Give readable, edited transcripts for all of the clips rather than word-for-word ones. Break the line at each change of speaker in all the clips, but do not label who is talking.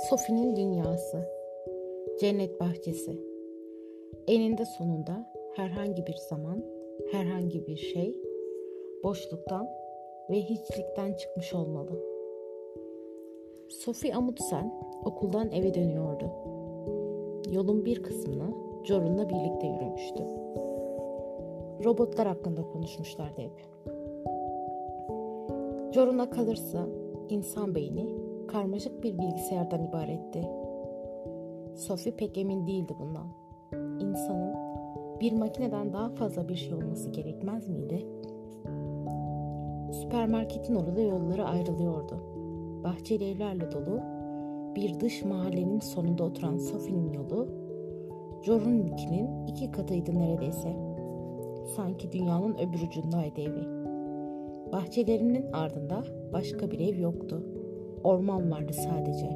Sophie'nin dünyası, cennet bahçesi. Eninde sonunda herhangi bir zaman, herhangi bir şey boşluktan ve hiçlikten çıkmış olmalı. Sophie Amundsen okuldan eve dönüyordu. Yolun bir kısmını Jorun'la birlikte yürümüştü. Robotlar hakkında konuşmuşlardı hep. Jorun'a kalırsa insan beyni karmaşık bir bilgisayardan ibaretti. Sophie pek emin değildi bundan. İnsanın bir makineden daha fazla bir şey olması gerekmez miydi? Süpermarketin orada yolları ayrılıyordu. Bahçeli evlerle dolu bir dış mahallenin sonunda oturan Sophie'nin yolu, Jorun'unkinin 2 katıydı neredeyse. Sanki dünyanın öbür ucundaydı evi. Bahçelerinin ardında başka bir ev yoktu. Orman vardı sadece.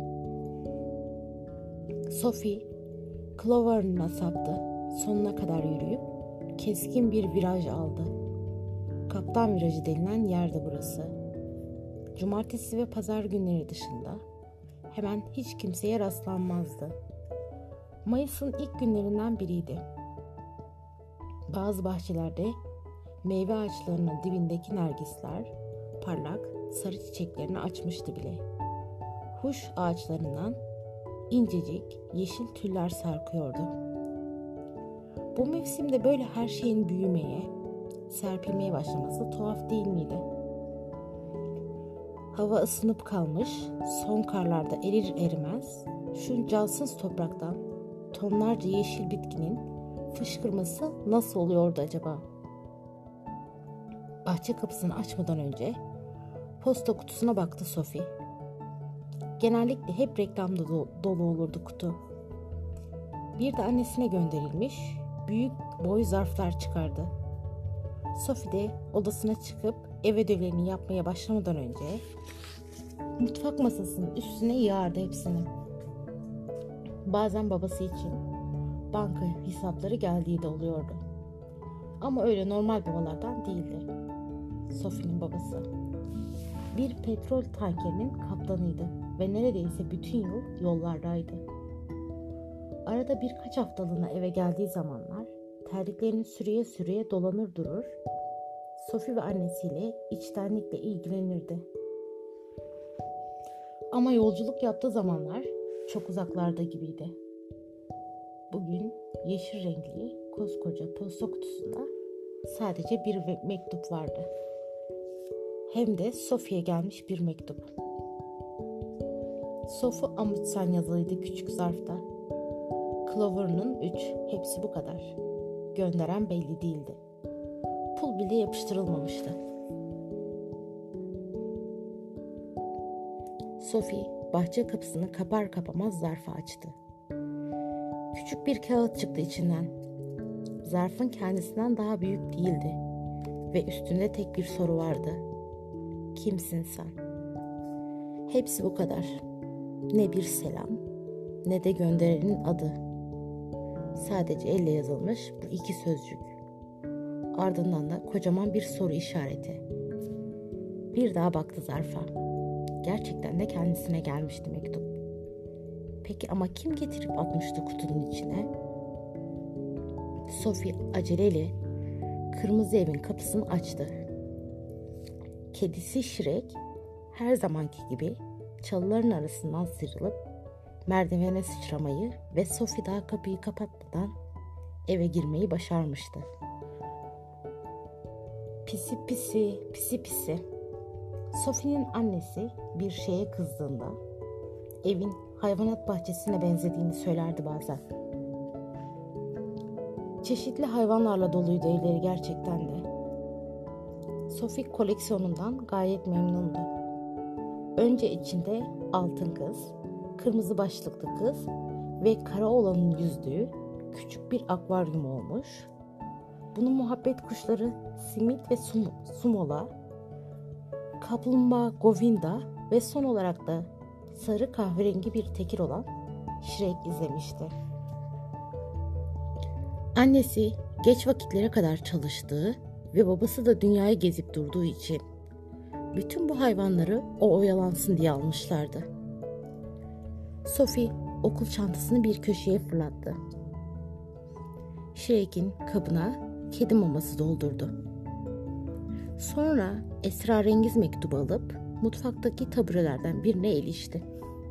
Sophie, Clover'ına saptı. Sonuna kadar yürüyüp keskin bir viraj aldı. Kaptan virajı denilen yerdi burası. Cumartesi ve pazar günleri dışında hemen hiç kimseye rastlanmazdı. Mayıs'ın ilk günlerinden biriydi. Bazı bahçelerde meyve ağaçlarının dibindeki nergisler parlak sarı çiçeklerini açmıştı bile. Huş ağaçlarından incecik yeşil tüller sarkıyordu. Bu mevsimde böyle her şeyin büyümeye, serpilmeye başlaması tuhaf değil miydi? Hava ısınıp kalmış, son karlarda erir erimez, şu cansız topraktan tonlarca yeşil bitkinin fışkırması nasıl oluyordu acaba? Bahçe kapısını açmadan önce posta kutusuna baktı Sophie. Genellikle hep reklamda dolu olurdu kutu. Bir de annesine gönderilmiş büyük boy zarflar çıkardı. Sophie de odasına çıkıp ev ödevlerini yapmaya başlamadan önce mutfak masasının üstüne yığardı hepsini. Bazen babası için banka hesapları geldiği de oluyordu. Ama öyle normal babalardan değildi. Sophie'nin babası bir petrol tankerinin kaptanıydı ve neredeyse bütün yıl yollardaydı. Arada birkaç haftalığına eve geldiği zamanlar terliklerini sürüye sürüye dolanır durur, Sophie ve annesiyle içtenlikle ilgilenirdi. Ama yolculuk yaptığı zamanlar çok uzaklarda gibiydi. Bugün yeşil renkli koskoca posta kutusunda sadece bir mektup vardı. Hem de Sophie'ye gelmiş bir mektup. Sophie Amundsen yazılıydı küçük zarfta. Clover'ın 3, hepsi bu kadar. Gönderen belli değildi. Pul bile yapıştırılmamıştı. Sophie bahçe kapısını kapar kapamaz zarfı açtı. Küçük bir kağıt çıktı içinden. Zarfın kendisinden daha büyük değildi ve üstünde tek bir soru vardı. Kimsin sen? Hepsi bu kadar. Ne bir selam, ne de gönderenin adı. Sadece elle yazılmış bu 2 sözcük. Ardından da kocaman bir soru işareti. Bir daha baktı zarfa. Gerçekten de kendisine gelmişti mektup. Peki ama kim getirip atmıştı kutunun içine? Sophie aceleyle kırmızı evin kapısını açtı. Kedisi Shrek her zamanki gibi çalıların arasından sıyrılıp merdivene sıçramayı ve Sophie daha kapıyı kapatmadan eve girmeyi başarmıştı. Pisi pisi, pisi pisi. Sophie'nin annesi bir şeye kızdığında evin hayvanat bahçesine benzediğini söylerdi bazen. Çeşitli hayvanlarla doluydu evleri gerçekten de. Sophie koleksiyonundan gayet memnundu. Önce içinde altın kız, kırmızı başlıklı kız ve kara olanın yüzdüğü küçük bir akvaryum olmuş. Bunun muhabbet kuşları Simit ve Sumola, kaplumbağa Govinda ve son olarak da sarı kahverengi bir tekir olan Shrek izlemişti. Annesi geç vakitlere kadar çalıştığı ve babası da dünyayı gezip durduğu için bütün bu hayvanları o oyalansın diye almışlardı. Sophie okul çantasını bir köşeye fırlattı. Shrek'in kabına kedi maması doldurdu. Sonra esrarengiz mektubu alıp mutfaktaki taburelerden birine ilişti.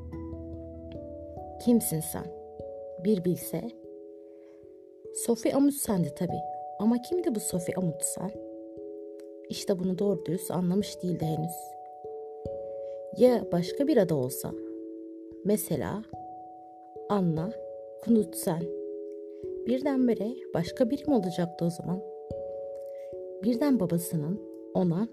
"Kimsin sen? Bir bilse." Sophie Amundsen'di tabii. Ama kimdi bu Sophie Amundsen? İşte bunu doğru dürüst anlamış değildi henüz. Ya başka bir adı olsa? Mesela Anna Knudsen. Birdenbire başka biri mi olacaktı o zaman? Birden babasının ona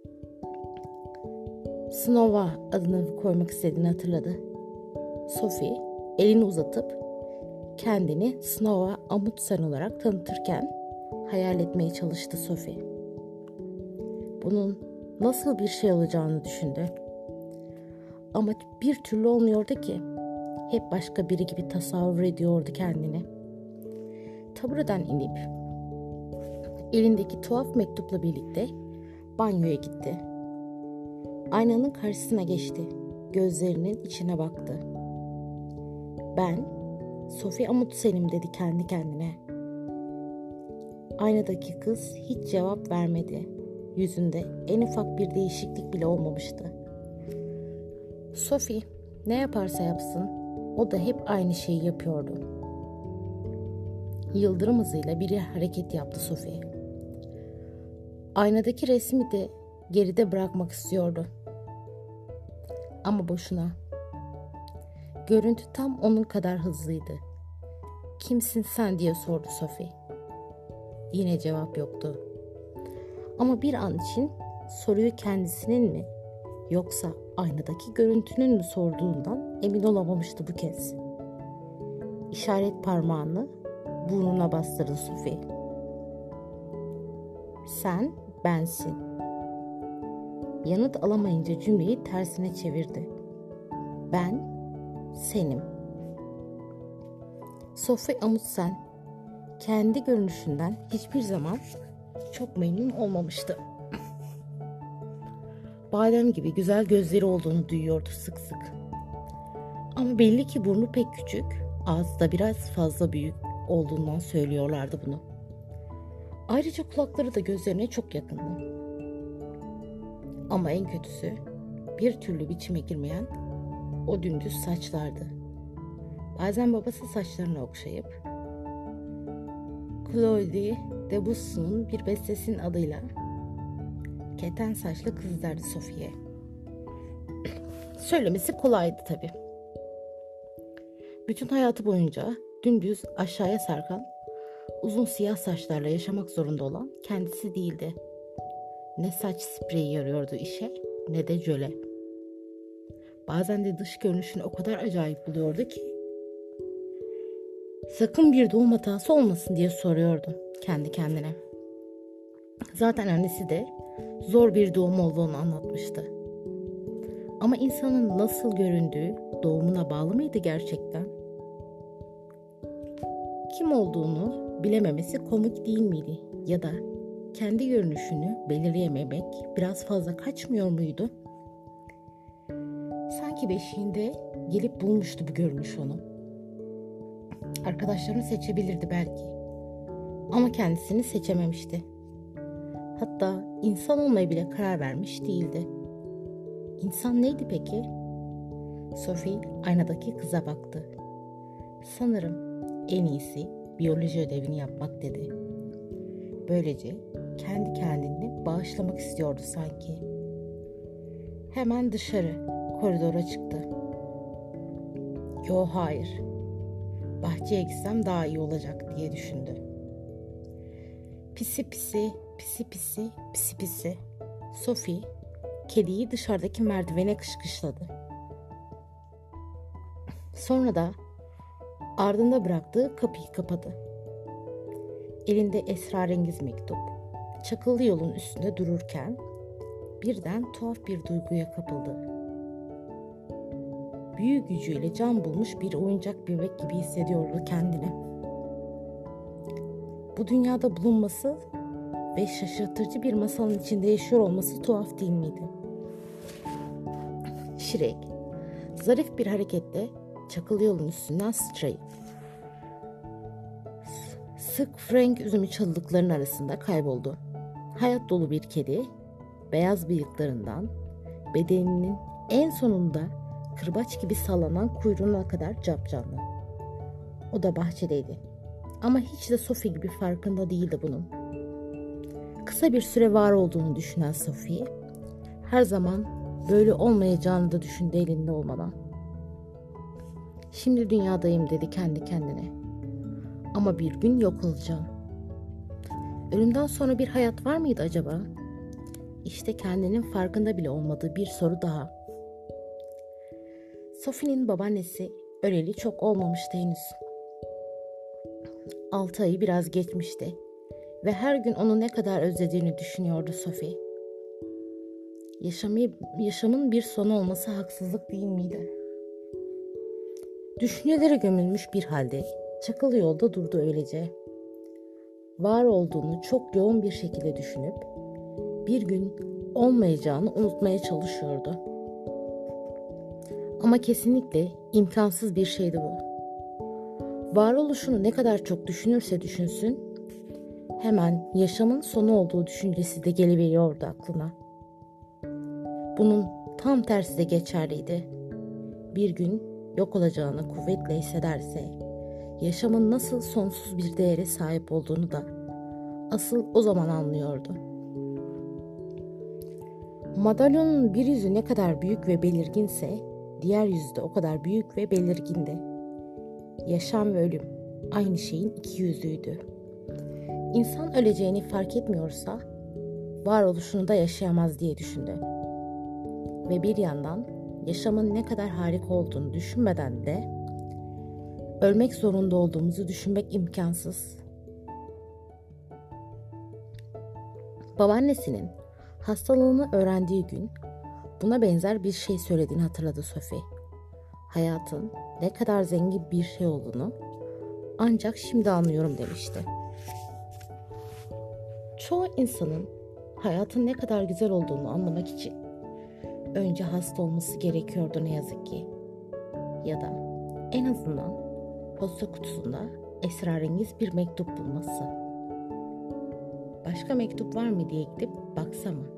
Snova adını koymak istediğini hatırladı. Sophie elini uzatıp kendini Snova Amundsen olarak tanıtırken hayal etmeye çalıştı Sophie. Bunun nasıl bir şey olacağını düşündü. Ama bir türlü olmuyordu ki. Hep başka biri gibi tasavvur ediyordu kendini. Tabureden inip elindeki tuhaf mektupla birlikte banyoya gitti. Aynanın karşısına geçti. Gözlerinin içine baktı. "Ben Sophie Amundsen'im," dedi kendi kendine. Aynadaki kız hiç cevap vermedi. Yüzünde en ufak bir değişiklik bile olmamıştı. Sophie ne yaparsa yapsın o da hep aynı şeyi yapıyordu. Yıldırım hızıyla bir hareket yaptı Sophie. Aynadaki resmi de geride bırakmak istiyordu. Ama boşuna. Görüntü tam onun kadar hızlıydı. "Kimsin sen?" diye sordu Sophie. Yine cevap yoktu. Ama bir an için soruyu kendisinin mi yoksa aynadaki görüntünün mü sorduğundan emin olamamıştı bu kez. İşaret parmağını burnuna bastırdı Sophie. "Sen bensin." Yanıt alamayınca cümleyi tersine çevirdi. "Ben senim." Sophie Amundsen kendi görünüşünden hiçbir zaman çok memnun olmamıştı. Badem gibi güzel gözleri olduğunu duyuyordu sık sık. Ama belli ki burnu pek küçük, ağzı da biraz fazla büyük olduğundan söylüyorlardı bunu. Ayrıca kulakları da gözlerine çok yakındı. Ama en kötüsü bir türlü biçime girmeyen o dümdüz saçlardı. Bazen babası saçlarını okşayıp Claude Debussy'nin bir bestesinin adıyla "Keten saçlı kız" derdi Sophie'ye. Söylemesi kolaydı tabii. Bütün hayatı boyunca dümdüz aşağıya sarkan uzun siyah saçlarla yaşamak zorunda olan kendisi değildi. Ne saç spreyi yarıyordu işe ne de jöle. Bazen de dış görünüşünü o kadar acayip buluyordu ki sakın bir doğum hatası olmasın diye soruyordu kendi kendine. Zaten annesi de zor bir doğum olduğunu anlatmıştı. Ama insanın nasıl göründüğü doğumuna bağlı mıydı gerçekten? Kim olduğunu bilememesi komik değil miydi? Ya da kendi görünüşünü belirleyememek biraz fazla kaçmıyor muydu? Sanki beşiğinde gelip bulmuştu bu görünüş onu. Arkadaşlarını seçebilirdi belki. Ama kendisini seçememişti. Hatta insan olmaya bile karar vermiş değildi. İnsan neydi peki? Sophie aynadaki kıza baktı. "Sanırım en iyisi biyoloji ödevini yapmak," dedi. Böylece kendi kendini bağışlamak istiyordu sanki. Hemen dışarı, koridora çıktı. "Yo, hayır. Bahçeye gitsem daha iyi olacak," diye düşündü. Pisi pisi, pisi pisi, pisi pisi. Sophie kediyi dışarıdaki merdivene kışkışladı. Sonra da ardında bıraktığı kapıyı kapadı. Elinde esrarengiz mektup, çakıllı yolun üstünde dururken birden tuhaf bir duyguya kapıldı. Büyü gücüyle can bulmuş bir oyuncak bebek gibi hissediyordu kendini. Bu dünyada bulunması ve şaşırtıcı bir masalın içinde yaşıyor olması tuhaf değil miydi? Shrek zarif bir hareketle çakıl yolun üstünden sıçrayıp sık Frank üzümü çalılıkların arasında kayboldu. Hayat dolu bir kedi, beyaz bıyıklarından bedeninin en sonunda kırbaç gibi sallanan kuyruğuna kadar capcanlı. O da bahçedeydi. Ama hiç de Sophie gibi farkında değildi bunun. Kısa bir süre var olduğunu düşünen Sophie, her zaman böyle olmayacağını da düşündü elinde olmadan. Şimdi dünyadayım dedi kendi kendine. Ama bir gün yok olacağım. Ölümden sonra bir hayat var mıydı acaba? İşte kendinin farkında bile olmadığı bir soru daha. Sophie'nin babaannesi öleli çok olmamıştı henüz. 6 ayı biraz geçmişti ve her gün onu ne kadar özlediğini düşünüyordu Sophie. Yaşamın bir sonu olması haksızlık değil miydi? Düşüncelere gömülmüş bir halde çakılı yolda durdu öylece. Var olduğunu çok yoğun bir şekilde düşünüp bir gün olmayacağını unutmaya çalışıyordu. Ama kesinlikle imkansız bir şeydi bu. Varoluşunu ne kadar çok düşünürse düşünsün, hemen yaşamın sonu olduğu düşüncesi de geliveriyordu aklına. Bunun tam tersi de geçerliydi. Bir gün yok olacağını kuvvetle hissederse, yaşamın nasıl sonsuz bir değere sahip olduğunu da asıl o zaman anlıyordu. Madalyonun bir yüzü ne kadar büyük ve belirginse, diğer yüzü de o kadar büyük ve belirgindi. Yaşam ve ölüm aynı şeyin iki yüzüydü. İnsan öleceğini fark etmiyorsa, varoluşunu da yaşayamaz diye düşündü. Ve bir yandan yaşamın ne kadar harika olduğunu düşünmeden de ölmek zorunda olduğumuzu düşünmek imkansız. Babaannesinin hastalığını öğrendiği gün buna benzer bir şey söylediğini hatırladı Sophie. Hayatın ne kadar zengin bir şey olduğunu ancak şimdi anlıyorum demişti. Çoğu insanın hayatın ne kadar güzel olduğunu anlamak için önce hasta olması gerekiyordu ne yazık ki. Ya da en azından posta kutusunda esrarengiz bir mektup bulması. Başka mektup var mı diye gidip baksa mı?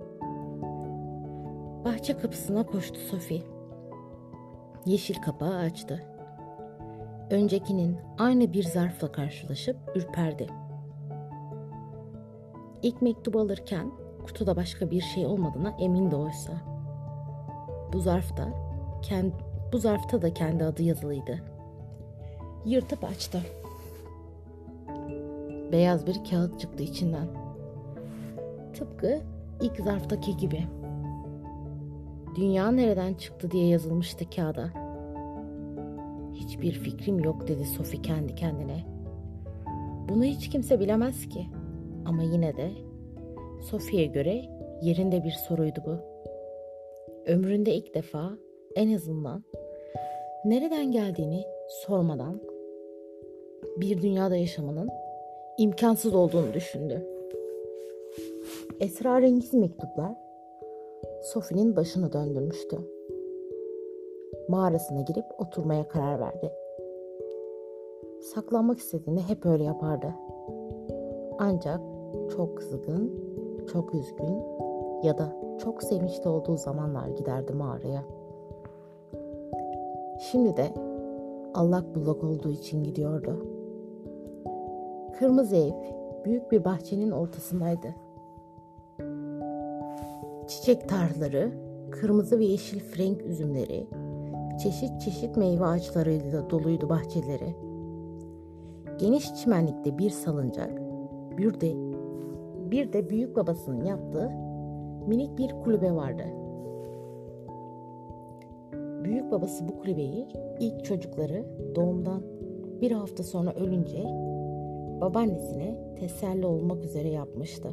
Bahçe kapısına koştu Sophie. Yeşil kapağı açtı. Öncekinin aynı bir zarfla karşılaşıp ürperdi. İlk mektubu alırken kutuda başka bir şey olmadığına emindi oysa. Bu zarfta da kendi adı yazılıydı. Yırtıp açtı. Beyaz bir kağıt çıktı içinden. Tıpkı ilk zarftaki gibi. Dünya nereden çıktı diye yazılmıştı kağıda. Hiçbir fikrim yok dedi Sophie kendi kendine. Bunu hiç kimse bilemez ki. Ama yine de Sophie'ye göre yerinde bir soruydu bu. Ömründe ilk defa en azından nereden geldiğini sormadan bir dünyada yaşamanın imkansız olduğunu düşündü. Esrarengiz mektuplar Sophie'nin başını döndürmüştü. Mağarasına girip oturmaya karar verdi. Saklanmak istediğinde hep öyle yapardı. Ancak çok kızgın, çok üzgün ya da çok sevinçli olduğu zamanlar giderdi mağaraya. Şimdi de allak bullak olduğu için gidiyordu. Kırmızı ev büyük bir bahçenin ortasındaydı. Çiçek tarlaları, kırmızı ve yeşil frenk üzümleri, çeşit çeşit meyve ağaçlarıyla doluydu bahçeleri. Geniş çimenlikte bir salıncak, bir de büyük babasının yaptığı minik bir kulübe vardı. Büyük babası bu kulübeyi ilk çocukları doğumdan bir hafta sonra ölünce babaannesine teselli olmak üzere yapmıştı.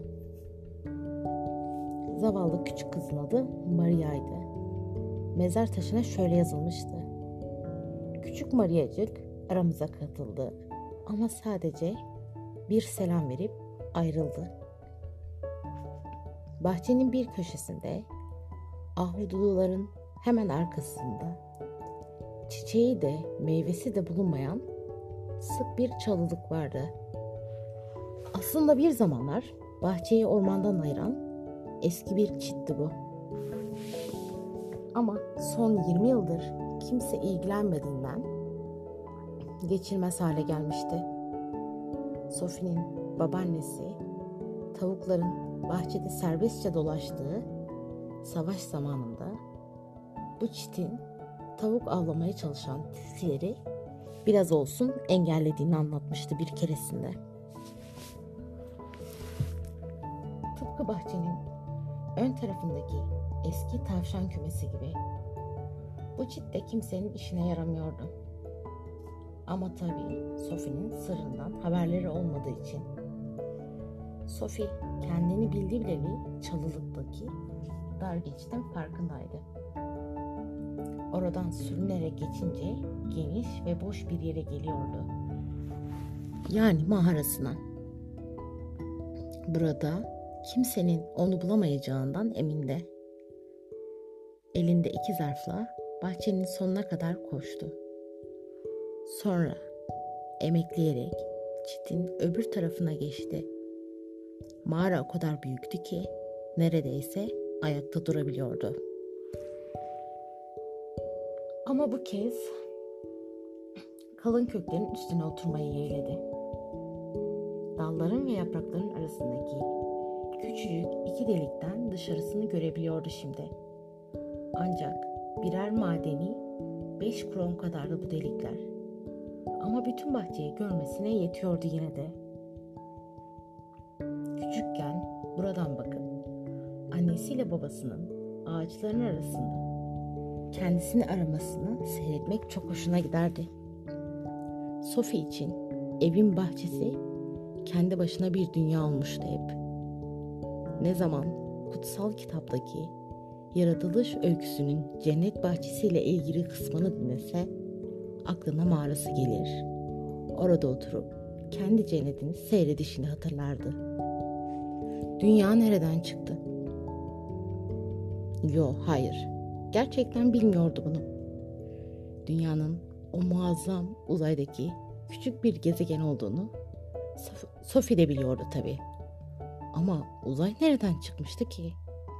Zavallı küçük kızın adı Maria'ydı. Mezar taşına şöyle yazılmıştı: Küçük Mariacık aramıza katıldı ama sadece bir selam verip ayrıldı. Bahçenin bir köşesinde, ahududuların hemen arkasında çiçeği de meyvesi de bulunmayan sık bir çalılık vardı. Aslında bir zamanlar bahçeyi ormandan ayıran eski bir çitti bu. Ama son 20 yıldır kimse ilgilenmediğinden geçilmez hale gelmişti. Sophie'nin babaannesi tavukların bahçede serbestçe dolaştığı savaş zamanında bu çitin tavuk avlamaya çalışan tilkileri biraz olsun engellediğini anlatmıştı bir keresinde. Tıpkı bahçenin ön tarafındaki eski tavşan kümesi gibi bu çit de kimsenin işine yaramıyordu. Ama tabii Sophie'nin sırrından haberleri olmadığı için Sophie kendini bildi bileli çalılıktaki dar geçitin farkındaydı. Oradan sürünerek geçince geniş ve boş bir yere geliyordu. Yani mağarasına. Burada kimsenin onu bulamayacağından emindi. Elinde 2 zarfla bahçenin sonuna kadar koştu. Sonra emekleyerek çitin öbür tarafına geçti. Mağara o kadar büyüktü ki neredeyse ayakta durabiliyordu. Ama bu kez kalın köklerin üstüne oturmayı yeğledi. Dalların ve yaprakların arasındaki küçücük 2 delikten dışarısını görebiliyordu şimdi. Ancak birer madeni 5 kron kadardı bu delikler. Ama bütün bahçeyi görmesine yetiyordu yine de. Küçükken buradan bakıp annesiyle babasının ağaçların arasında kendisini aramasını seyretmek çok hoşuna giderdi. Sophie için evin bahçesi kendi başına bir dünya olmuştu hep. Ne zaman kutsal kitaptaki yaratılış öyküsünün cennet bahçesiyle ilgili kısmını dinlese aklına mağarası gelir. Orada oturup kendi cennetini seyredişini hatırlardı. Dünya nereden çıktı? Hayır. Gerçekten bilmiyordu bunu. Dünyanın o muazzam uzaydaki küçük bir gezegen olduğunu Sophie de biliyordu tabii. Ama uzay nereden çıkmıştı ki?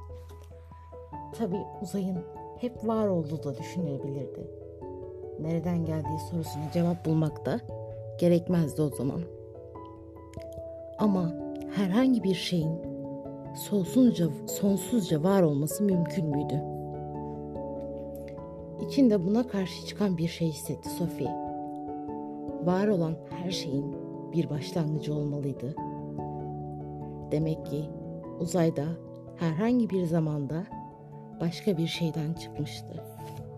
Tabii uzayın hep var olduğu da düşünülebilirdi. Nereden geldiği sorusuna cevap bulmak da gerekmezdi o zaman. Ama herhangi bir şeyin sonsuzca var olması mümkün müydü? İçinde buna karşı çıkan bir şey hissetti Sophie. Var olan her şeyin bir başlangıcı olmalıydı. Demek ki uzayda herhangi bir zamanda başka bir şeyden çıkmıştı.